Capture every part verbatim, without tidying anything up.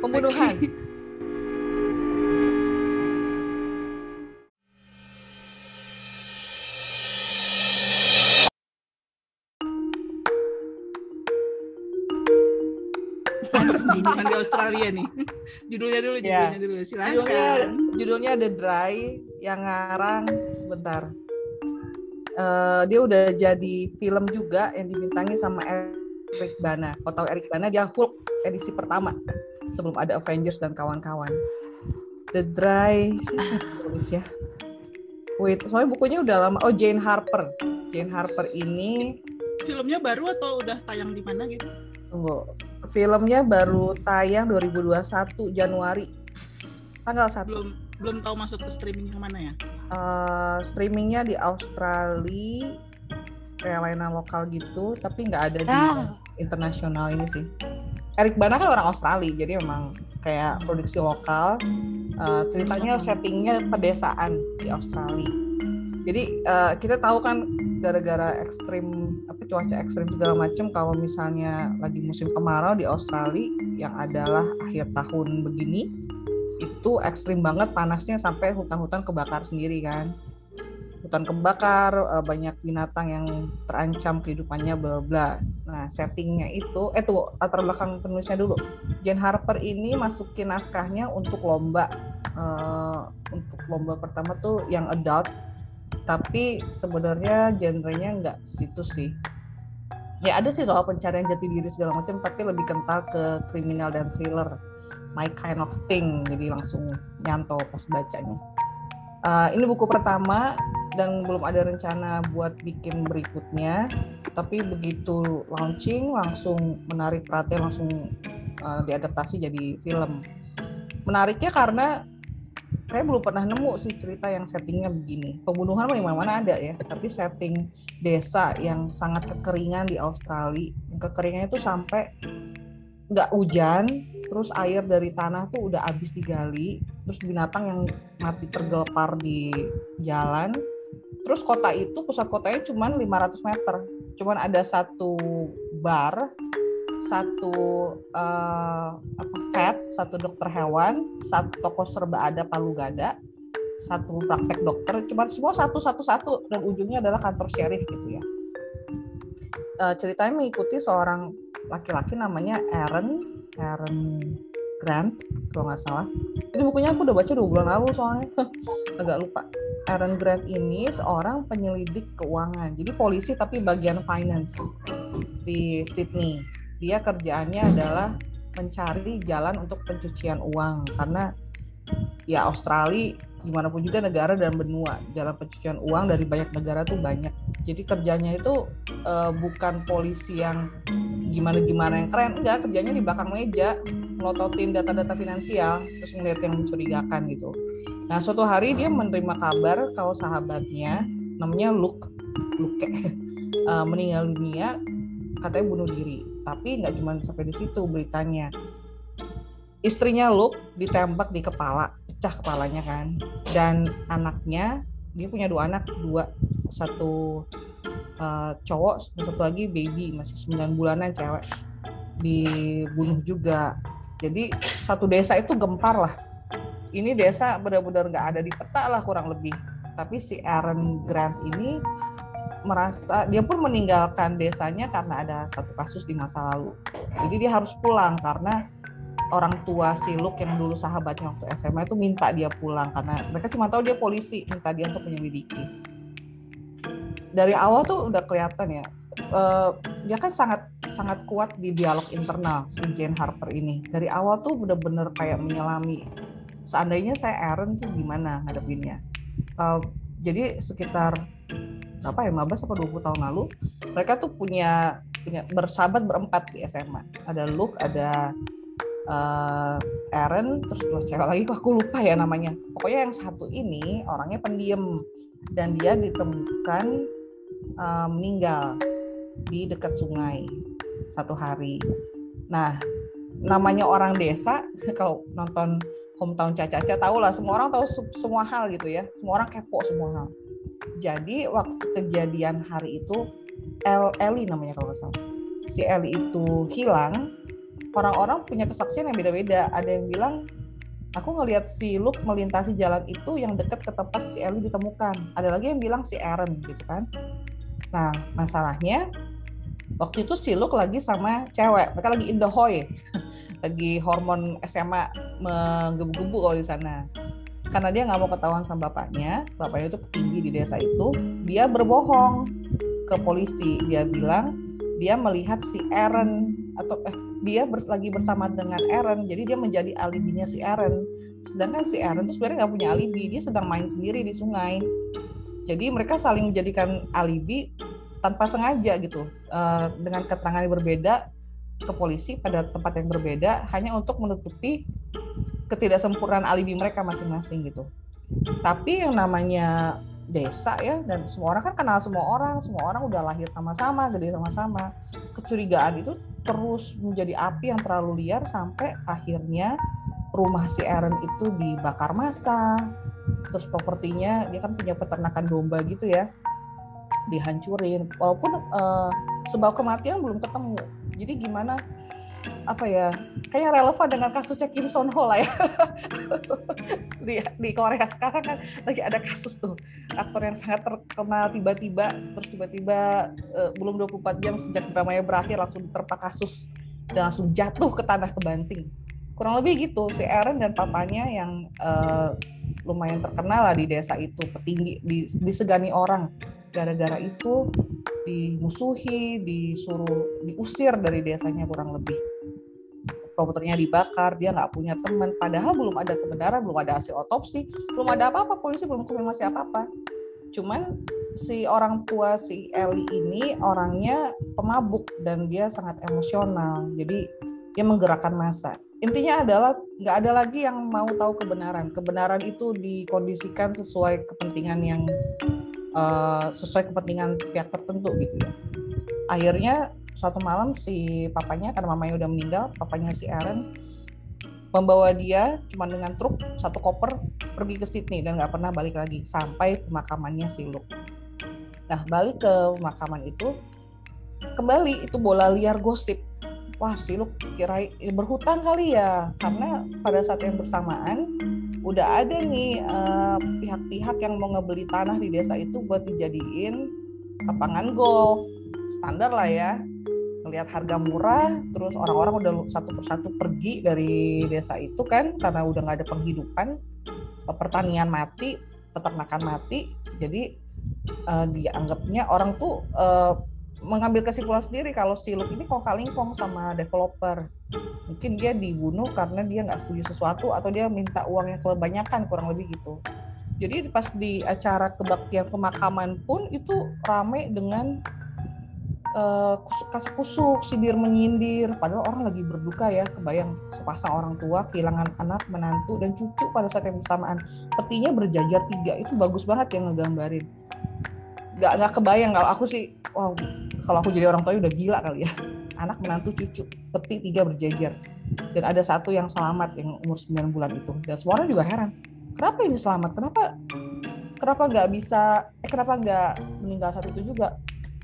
Pembunuhan. Pembunuhan di Australia nih. Judulnya dulu, judulnya Ya. dulu. Silakan. Judulnya, judulnya The Dry, yang ngarang sebentar. Uh, dia udah jadi film juga yang dibintangi sama Eric Bana. Kau tahu Eric Bana, dia Hulk edisi pertama sebelum ada Avengers dan kawan-kawan. The Dry, siapa yang tulis ya? Wait, soalnya bukunya udah lama. Oh, Jane Harper. Jane Harper ini filmnya baru atau udah tayang di mana gitu? Tunggu. Filmnya baru tayang dua ribu dua puluh satu Januari. Tanggal satu. Belum belum tahu masuk ke streaming yang mana ya? Uh, streamingnya di Australia, kayak layanan lokal gitu, tapi nggak ada di ah. internasional ini sih. Eric Bana kan orang Australia, jadi memang kayak produksi lokal. Uh, ceritanya settingnya pedesaan di Australia. Jadi uh, kita tahu kan gara-gara ekstrim apa cuaca ekstrim segala macam, kalau misalnya lagi musim kemarau di Australia yang adalah akhir tahun begini, itu ekstrim banget panasnya sampai hutan-hutan kebakar sendiri kan. Hutan kebakar, banyak binatang yang terancam kehidupannya, bla bla. Nah, settingnya itu, eh tuh latar belakang penulisnya dulu. Jane Harper ini masukin naskahnya untuk lomba, uh, untuk lomba pertama tuh yang adult, tapi sebenarnya genrenya nggak situ sih. Ya ada sih soal pencarian jati diri segala macam, tapi lebih kental ke kriminal dan thriller. My kind of thing, jadi langsung nyantol pas bacanya. Uh, ini buku pertama dan belum ada rencana buat bikin berikutnya, tapi begitu launching langsung menarik perhatian, langsung uh, diadaptasi jadi film. Menariknya karena saya belum pernah nemu sih cerita yang settingnya begini. Pembunuhan di mana-mana ada ya, tapi setting desa yang sangat kekeringan di Australia, kekeringannya itu sampai nggak hujan, terus air dari tanah tuh udah habis digali, terus binatang yang mati tergelepar di jalan. Terus kota itu, pusat kotanya cuma lima ratus meter, cuman ada satu bar, satu uh, apa vet, satu dokter hewan, satu toko serba ada palu gada, satu praktek dokter, cuman semua satu satu satu dan ujungnya adalah kantor sheriff gitu ya. Uh, ceritanya mengikuti seorang laki-laki namanya Aaron Aaron Grant kalau nggak salah. Ini bukunya aku udah baca dua bulan lalu soalnya agak lupa. Aaron Grant ini seorang penyelidik keuangan, jadi polisi tapi bagian finance di Sydney. Dia kerjaannya adalah mencari jalan untuk pencucian uang, karena ya Australia gimana pun juga negara dan benua, jalan pencucian uang dari banyak negara tuh banyak. Jadi kerjanya itu uh, bukan polisi yang gimana-gimana yang keren, enggak, kerjanya di belakang meja melototin data-data finansial terus ngeliat yang mencurigakan gitu. Nah, suatu hari dia menerima kabar kalau sahabatnya namanya Luke Luke uh, meninggal dunia, katanya bunuh diri. Tapi nggak cuma sampai di situ beritanya. Istrinya Luke ditembak di kepala, pecah kepalanya kan. Dan anaknya, dia punya dua anak, dua, satu uh, cowok, satu lagi baby, masih sembilan bulanan cewek, dibunuh juga. Jadi satu desa itu gempar lah. Ini desa benar-benar nggak ada di peta lah kurang lebih. Tapi si Aaron Grant ini merasa, dia pun meninggalkan desanya karena ada satu kasus di masa lalu. Jadi dia harus pulang karena orang tua si Luke yang dulu sahabatnya waktu S M A itu minta dia pulang karena mereka cuma tahu dia polisi, minta dia untuk menyelidiki. Dari awal tuh udah kelihatan ya, uh, dia kan sangat sangat kuat di dialog internal si Jane Harper ini. Dari awal tuh bener-bener kayak menyelami. Seandainya saya Aaron tuh gimana ngadepinnya. Uh, jadi sekitar apa ya, lima belas atau dua puluh tahun lalu, mereka tuh punya punya bersahabat berempat di S M A. Ada Luke, ada uh, Aaron, terus dua cewek lagi, aku lupa ya namanya. Pokoknya yang satu ini orangnya pendiam dan dia ditemukan uh, meninggal di dekat sungai satu hari. Nah, namanya orang desa, kalau nonton Hometown Cha-Cha-Cha tahu lah, semua orang tahu semua hal gitu ya, semua orang kepo semua hal. Jadi waktu kejadian hari itu, El Ellie namanya kalau nggak salah, si Ellie itu hilang. orang-orang punya kesaksian yang beda-beda. Ada yang bilang, aku ngelihat si Luke melintasi jalan itu yang dekat ke tempat si Ellie ditemukan. Ada lagi yang bilang si Aaron gitu kan. Nah, masalahnya waktu itu si Luke lagi sama cewek. Mereka lagi in the hoy. Lagi hormon S M A menggebu-gebu kalau di sana. Karena dia nggak mau ketahuan sama bapaknya. Bapaknya itu petinggi di desa itu. Dia berbohong ke polisi. Dia bilang dia melihat si Aaron atau eh dia ber, lagi bersama dengan Aaron, jadi dia menjadi alibinya si Aaron. Sedangkan si Aaron itu sebenarnya nggak punya alibi, dia sedang main sendiri di sungai. Jadi mereka saling menjadikan alibi tanpa sengaja gitu, uh, dengan keterangan yang berbeda ke polisi pada tempat yang berbeda, hanya untuk menutupi ketidaksempurnaan alibi mereka masing-masing gitu. Tapi yang namanya desa ya, dan semua orang kan kenal semua orang, semua orang udah lahir sama-sama, gede sama-sama. Kecurigaan itu terus menjadi api yang terlalu liar sampai akhirnya rumah si Aaron itu dibakar massa, terus propertinya, dia kan punya peternakan domba gitu ya, dihancurin. Walaupun uh, sebab kematian belum ketemu. Jadi gimana, apa ya, kayaknya relevan dengan kasusnya Kim Son Ho lah ya. di, di Korea sekarang kan lagi ada kasus tuh, aktor yang sangat terkenal tiba-tiba, terus tiba-tiba uh, belum dua puluh empat jam sejak dramanya berakhir langsung diterpa kasus dan langsung jatuh ke tanah kebanting. Kurang lebih gitu, si Aaron dan papanya yang uh, lumayan terkenal lah di desa itu, petinggi, disegani orang. Gara-gara itu dimusuhi, disuruh diusir dari desanya kurang lebih. Propertinya dibakar, dia nggak punya teman, padahal belum ada kebenaran, belum ada hasil otopsi, belum ada apa-apa, polisi belum konfirmasi apa-apa. Cuman si orang tua si Ellie ini orangnya pemabuk dan dia sangat emosional, jadi dia menggerakkan massa. Intinya adalah nggak ada lagi yang mau tahu kebenaran. Kebenaran itu dikondisikan sesuai kepentingan yang uh, sesuai kepentingan pihak tertentu gitu ya. Akhirnya suatu malam si papanya, karena mamanya udah meninggal, papanya si Aaron membawa dia cuma dengan truk satu koper pergi ke Sydney dan nggak pernah balik lagi sampai pemakamannya si Luke. Nah, balik ke pemakaman itu, kembali itu bola liar gosip. Wah, si Luke kira berhutang kali ya, karena pada saat yang bersamaan udah ada nih uh, pihak-pihak yang mau ngebeli tanah di desa itu buat dijadiin lapangan golf. Standar lah ya, ngelihat harga murah, terus orang-orang udah satu persatu pergi dari desa itu kan, karena udah nggak ada penghidupan, pertanian mati, peternakan mati, jadi uh, dianggapnya orang tuh uh, mengambil kesimpulan sendiri kalau si Luke ini kong kali kong sama developer. Mungkin dia dibunuh karena dia nggak setuju sesuatu atau dia minta uang yang kebanyakan, kurang lebih gitu. Jadi pas di acara kebaktian pemakaman pun itu rame dengan uh, kasak-kusuk, sindir menyindir, padahal orang lagi berduka ya, kebayang sepasang orang tua kehilangan anak, menantu, dan cucu pada saat yang bersamaan. Petinya berjajar tiga, itu bagus banget yang ngegambarin. Gak, gak kebayang kalau aku sih, wow, kalau aku jadi orang tua udah gila kali ya. Anak, menantu, cucu, peti tiga berjajar. Dan ada satu yang selamat yang umur sembilan bulan itu. Dan semua orang juga heran, kenapa ini selamat? Kenapa kenapa nggak bisa, eh, kenapa nggak meninggal saat itu juga?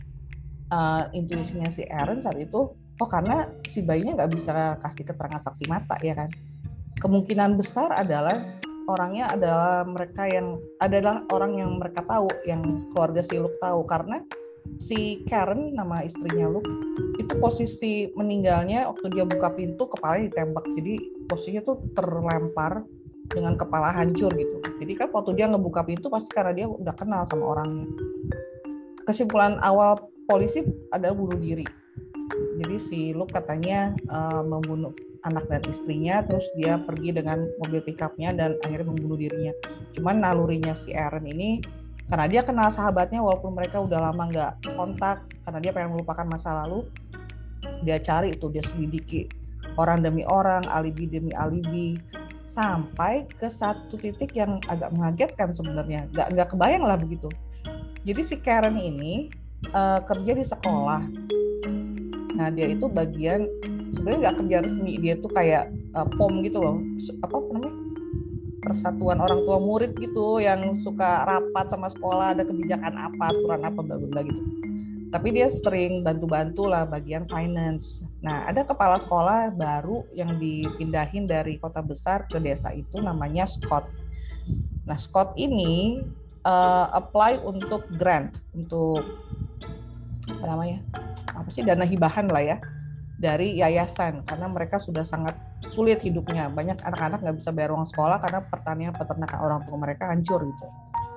Uh, intuisinya si Aaron saat itu, oh karena si bayinya nggak bisa kasih keterangan saksi mata ya kan. Kemungkinan besar adalah orangnya adalah mereka yang adalah orang yang mereka tahu, yang keluarga si Luke tahu, karena si Karen, nama istrinya Luke, itu posisi meninggalnya waktu dia buka pintu kepalanya ditembak, jadi posisinya tuh terlempar dengan kepala hancur gitu. Jadi kan waktu dia ngebuka pintu pasti karena dia udah kenal sama orangnya. Kesimpulan awal polisi adalah bunuh diri. Jadi si Luke katanya uh, membunuh anak dan istrinya, terus dia pergi dengan mobil pickupnya dan akhirnya membunuh dirinya. Cuman nalurinya si Aaron ini, karena dia kenal sahabatnya walaupun mereka udah lama nggak kontak, karena dia pengen melupakan masa lalu, dia cari itu, dia selidiki orang demi orang, alibi demi alibi, sampai ke satu titik yang agak mengagetkan sebenarnya, nggak nggak kebayang lah begitu. Jadi si Karen ini uh, kerja di sekolah. Nah dia itu bagian, sebenarnya nggak kerja resmi, dia tuh kayak uh, P O M gitu loh, apa namanya, persatuan orang tua murid gitu, yang suka rapat sama sekolah, ada kebijakan apa, aturan apa, bla bla gitu. tapi dia sering bantu-bantu lah bagian finance. Nah, ada kepala sekolah baru yang dipindahin dari kota besar ke desa itu namanya Scott. Nah, Scott ini uh, apply untuk grant, untuk apa namanya? Apa sih, dana hibahan lah ya, dari yayasan, karena mereka sudah sangat sulit hidupnya. Banyak anak-anak nggak bisa bayar uang sekolah karena pertanian peternakan orang tua mereka hancur gitu.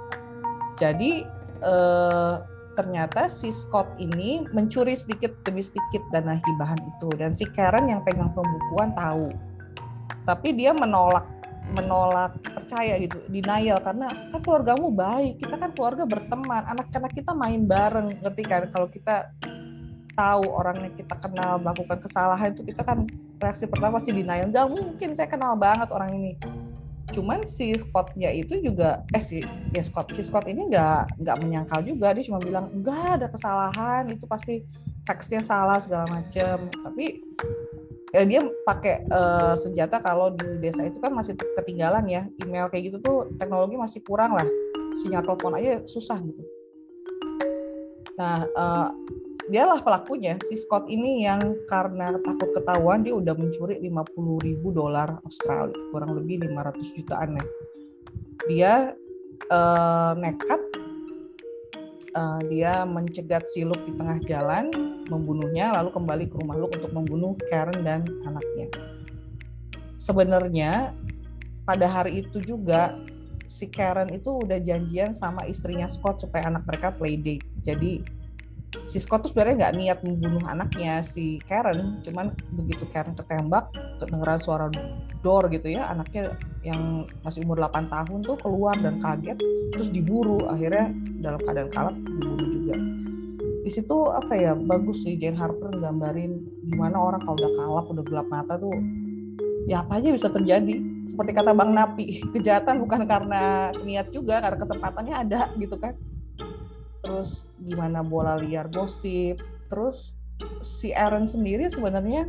Jadi eh, ternyata si Scott ini mencuri sedikit demi sedikit dana hibahan itu, dan si Karen yang pegang pembukuan tahu, tapi dia menolak menolak percaya gitu, denial, karena kan keluargamu baik, kita kan keluarga berteman, anak-anak kita main bareng, ngerti kan? Kalau kita tahu orang yang kita kenal melakukan kesalahan itu, kita kan reaksi pertama pasti denial, nggak mungkin, saya kenal banget orang ini. Cuman si Scott-nya itu juga eh si ya Scott si Scott ini nggak nggak menyangkal juga, dia cuma bilang nggak ada kesalahan, itu pasti fax-nya salah segala macam. Tapi ya dia pakai uh, senjata, kalau di desa itu kan masih ketinggalan ya, email kayak gitu tuh teknologi masih kurang lah, sinyal telepon aja susah gitu. Nah uh, dialah pelakunya, si Scott ini, yang karena takut ketahuan dia udah mencuri lima puluh ribu dolar Australia, kurang lebih lima ratus jutaan ya. Dia uh, nekat, uh, dia mencegat si Luke di tengah jalan, membunuhnya, lalu kembali ke rumah Luke untuk membunuh Karen dan anaknya. Sebenarnya pada hari itu juga si Karen itu udah janjian sama istrinya Scott supaya anak mereka playdate. Jadi si Scott tuh sebenarnya nggak niat membunuh anaknya si Karen, cuman begitu Karen ketembak, kedengeran suara door gitu ya, anaknya yang masih umur delapan tahun tuh keluar dan kaget, terus diburu, akhirnya dalam keadaan kalap dibunuh juga. Di situ apa ya, bagus sih Jane Harper gambarin gimana orang kalau udah kalap, udah gelap mata tuh ya apa aja bisa terjadi. Seperti kata Bang Napi, kejahatan bukan karena niat juga, karena kesempatannya ada gitu kan. Terus gimana bola liar gosip. Terus si Aaron sendiri sebenarnya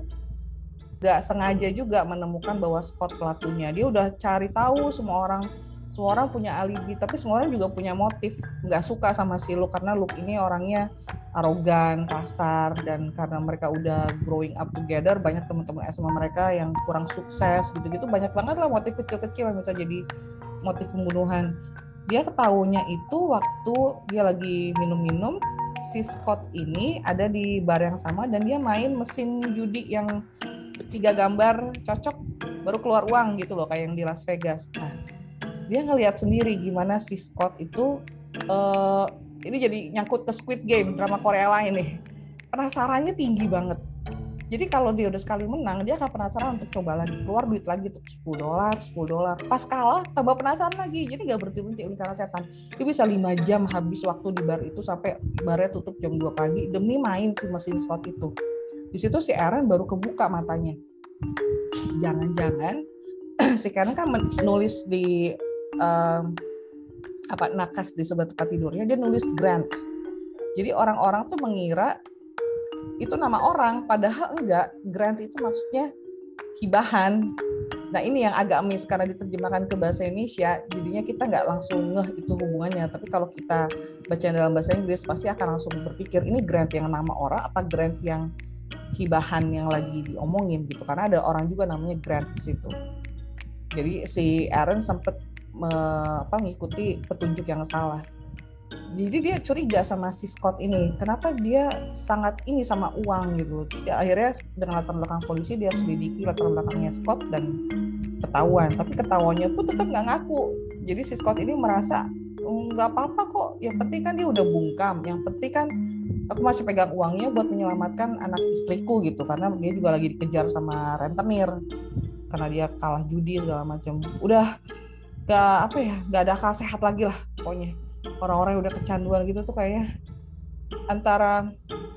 gak sengaja juga menemukan bahwa Scott pelakunya. Dia udah cari tahu semua orang, semua orang punya alibi, tapi semua orang juga punya motif. Gak suka sama si Luke karena Luke ini orangnya arogan, kasar, dan karena mereka udah growing up together, banyak teman-teman S M A mereka yang kurang sukses gitu-gitu, banyak banget lah motif kecil-kecil yang bisa jadi motif pembunuhan. Dia ketahuinya itu waktu dia lagi minum-minum, si Scott ini ada di bar yang sama dan dia main mesin judi yang tiga gambar cocok baru keluar uang gitu loh, kayak yang di Las Vegas. Nah, dia ngelihat sendiri gimana si Scott itu uh, ini jadi nyangkut ke Squid Game, drama Korea lain nih. Penasarannya tinggi banget. Jadi kalau dia udah sekali menang, dia akan penasaran untuk coba lagi, keluar duit lagi tuh sepuluh dolar, sepuluh dolar. Pas kalah, tambah penasaran lagi. Jadi nggak berhenti-berhenti lingkaran setan. Dia bisa lima jam habis waktu di bar itu sampai barnya tutup jam dua pagi demi main si mesin slot itu. Di situ si Aaron baru kebuka matanya. Jangan-jangan si Karen kan menulis di um, apa nakas di sebelah tempat tidurnya, dia nulis Grant. Jadi orang-orang tuh mengira itu nama orang, padahal enggak. Grant itu maksudnya hibahan. Nah ini yang agak miss karena diterjemahkan ke bahasa Indonesia, jadinya kita nggak langsung ngeh itu hubungannya. Tapi kalau kita baca dalam bahasa Inggris pasti akan langsung berpikir ini Grant yang nama orang apa Grant yang hibahan yang lagi diomongin gitu, karena ada orang juga namanya Grant di situ. Jadi si Aaron sempat me, apa, mengikuti petunjuk yang salah. Jadi dia curiga sama si Scott ini, kenapa dia sangat ini sama uang gitu. Terus dia akhirnya dengan latar belakang polisi dia harus selidiki latar belakangnya Scott dan ketahuan. Tapi ketahuannya pun tetap nggak ngaku. Jadi si Scott ini merasa nggak apa-apa kok. Yang penting kan dia udah bungkam. Yang penting kan aku masih pegang uangnya buat menyelamatkan anak istriku gitu. Karena dia juga lagi dikejar sama rentenir karena dia kalah judi segala macam. Udah nggak apa ya, nggak ada akal sehat lagi lah pokoknya. Orang-orang yang udah kecanduan gitu tuh kayaknya antara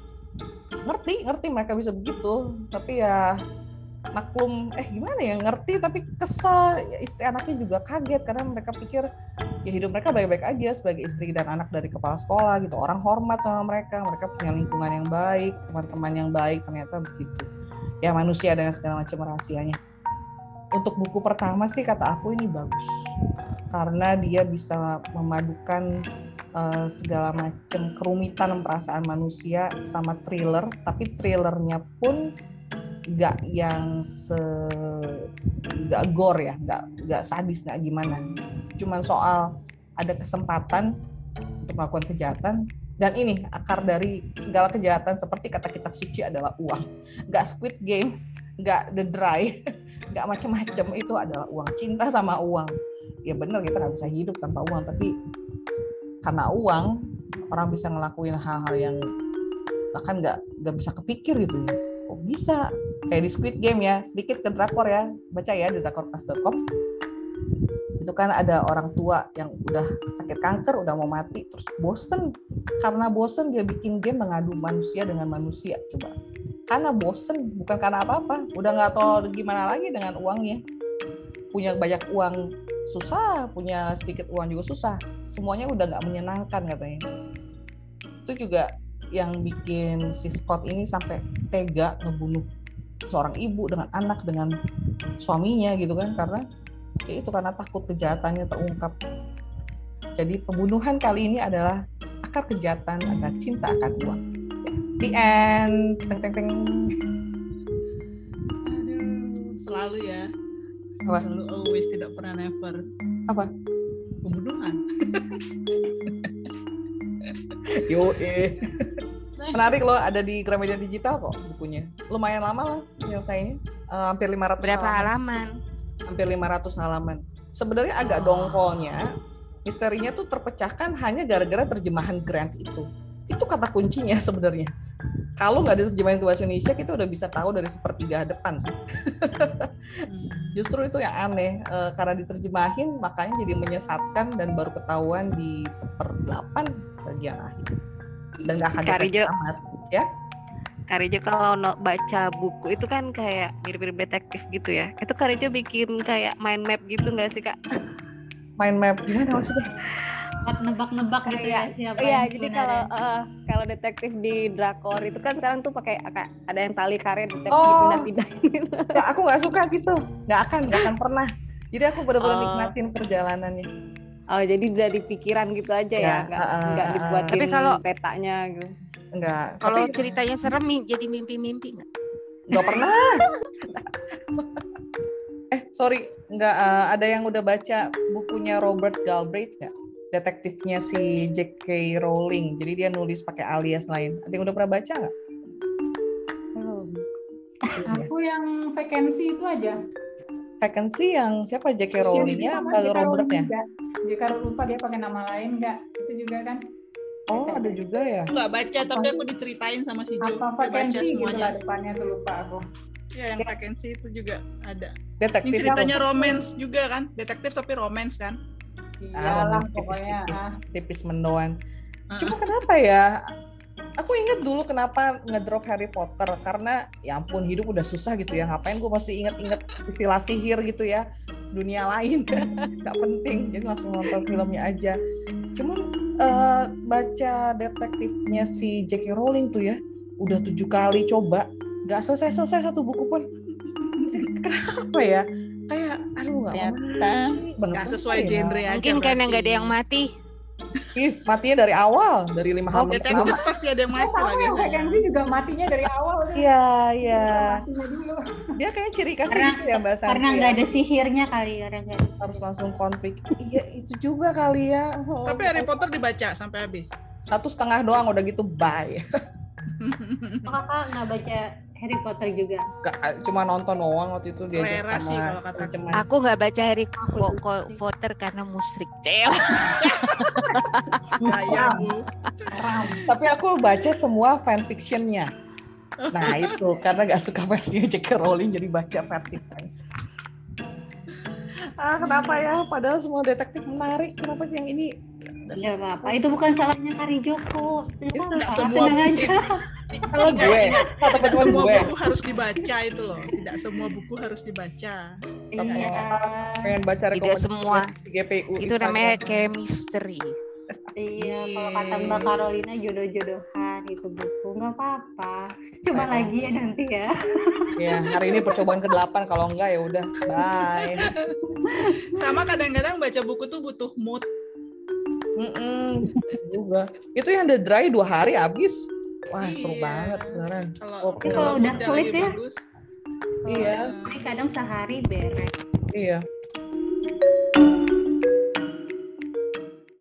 ngerti ngerti mereka bisa begitu, tapi ya maklum eh gimana ya, ngerti tapi kesel ya, istri anaknya juga kaget karena mereka pikir ya hidup mereka baik-baik aja sebagai istri dan anak dari kepala sekolah gitu, orang hormat sama mereka, mereka punya lingkungan yang baik, teman-teman yang baik, ternyata begitu ya, manusia dan segala macam rahasianya. Untuk buku pertama sih kata aku ini bagus karena dia bisa memadukan uh, segala macam kerumitan perasaan manusia sama thriller, tapi thrillernya pun nggak yang se nggak gore ya, nggak nggak sadis, nggak gimana. Cuman soal ada kesempatan untuk melakukan kejahatan. Dan ini akar dari segala kejahatan seperti kata kitab suci adalah uang. Nggak Squid Game, nggak The Dry, nggak macam-macam, itu adalah uang. Cinta sama uang. Ya benar, kita nggak bisa hidup tanpa uang, tapi karena uang orang bisa ngelakuin hal-hal yang bahkan nggak nggak bisa kepikir gitu ya. Oh bisa, kayak di Squid Game ya, sedikit ke drakor ya, baca ya di drakorcast dot com. Itu kan ada orang tua yang udah sakit kanker, udah mau mati, terus bosen. Karena bosen dia bikin game mengadu manusia dengan manusia, coba. Karena bosen, bukan karena apa-apa. Udah nggak tahu gimana lagi dengan uangnya. Punya banyak uang susah, punya sedikit uang juga susah. Semuanya udah nggak menyenangkan katanya. Itu juga yang bikin si Scott ini sampai tega ngebunuh seorang ibu dengan anak, dengan suaminya gitu kan, karena ya itu karena takut kejahatannya terungkap. Jadi pembunuhan kali ini adalah akar kejahatan adalah cinta akan uang. The end. Teng teng teng. Aduh, selalu ya. Apa? Selalu always, tidak pernah never. Apa? Pembunuhan. Yo eh. Menarik loh, ada di Gramedia Digital kok bukunya. Lumayan lama lah penyelesaiannya. Uh, hampir lima ratus Berapa halaman. halaman? Hampir lima ratus halaman. Sebenarnya agak dongkolnya, misterinya tuh terpecahkan hanya gara-gara terjemahan Grant itu. Itu kata kuncinya sebenarnya. Kalau nggak diterjemahin ke bahasa Indonesia, kita udah bisa tahu dari sepertiga depan sih. Justru itu yang aneh, e, karena diterjemahin makanya jadi menyesatkan dan baru ketahuan di seperdelapan bagian akhir. Dan nggak kaget amat, ya. Karijo kalau no, baca buku itu kan kayak mirip-mirip detektif gitu ya. Itu Karijo bikin kayak mind map gitu nggak sih Kak? Mind map gimana maksudnya? Nebak-nebak gitu ya siapa? Iya, jadi kalau uh, kalau detektif di drakor itu kan sekarang tuh pakai ada yang tali karet detektif oh, pindah-pindahin. Ya, aku nggak suka gitu, nggak akan nggak akan pernah. Jadi aku benar-benar oh. nikmatin perjalanannya. Oh, jadi dari pikiran gitu aja ya, nggak ya, uh, nggak dibuatin tapi kalau petanya gitu. Enggak. Kalau tapi ceritanya serem jadi mimpi-mimpi nggak? Nggak pernah. eh sorry, nggak uh, ada yang udah baca bukunya Robert Galbraith nggak? Detektifnya si J K Rowling. Jadi dia nulis pakai alias lain. Ada yang udah pernah baca nggak? Hmm. Aku yang vacancy itu aja. Vacancy yang siapa? J K Rowling-nya atau Robertnya? J K Rowling lupa dia pakai nama lain nggak? Itu juga kan? Oh, ada juga ya. Aku nggak baca, apa? Tapi aku diceritain sama si Jo. Apa vacancy gitu lah depannya tuh, lupa aku. Ya, yang ya. Vacancy itu juga ada. Detektif. Ini ceritanya romance juga kan? Detektif tapi romance kan? Iyalah ah, pokoknya tipis, ah. tipis mendoan. Uh-uh. Cuma kenapa ya? Aku ingat dulu kenapa ngedrop Harry Potter, karena ya ampun hidup udah susah gitu ya, ngapain gue masih inget-inget istilah sihir gitu ya, dunia lain nggak penting, jadi langsung nonton filmnya aja. Cuma uh, baca detektifnya si J K Rowling tuh ya, udah tujuh kali coba, nggak selesai-selesai satu buku pun. Kenapa ya? Kayak aduh nggak nggak sesuai ya. Genre aja. Mungkin karena nggak ada yang mati. Ih, matinya dari awal, dari lima oh, halaman pertama. Pasti ada yang mati sama lagi. Sama vacancy juga matinya dari awal. Iya, iya. Dia kayak ciri khas gitu ya Mbak Santi. Karena nggak ya. Ada sihirnya kali, karena nggak harus langsung konflik. Iya, itu juga kali ya. Oh, tapi Harry Potter dibaca sampai habis. Satu setengah doang, udah gitu bye. Kakak nggak baca Harry Potter juga? Gak, cuma nonton doang waktu itu dia. Selera sih kalau kata. Aku nggak baca Harry Potter karena musrik. Cel. Saya Bu. Tapi aku baca semua fanfictionnya. Nah itu karena nggak suka versinya J K Rowling jadi baca versi fans. Ah kenapa ya? Padahal semua detektif menarik. Kenapa yang ini? Ya apa-apa, itu bukan salahnya Karijo kok. Semua buku, kalau gue, tidak semua gue. buku harus dibaca itu loh. Tidak semua buku harus dibaca. Iya. Pengen baca rekomendasi. Tidak semua. G P U. Itu namanya kayak misteri. Iya, kalau kata Mbak Carolina jodoh-jodohan itu buku nggak apa-apa. Coba Ayo. lagi ya nanti ya. Ya hari ini percobaan kedelapan, kalau enggak ya udah bye. Sama kadang-kadang baca buku tuh butuh mood. Mm-mm, juga. Itu yang The Dry dua hari habis. Wah, seru Iya. banget beneran. Kalau Oke. Kalau udah moodnya flip lagi ya. bagus, Kalau Iya. ini kadang sehari beres. Iya.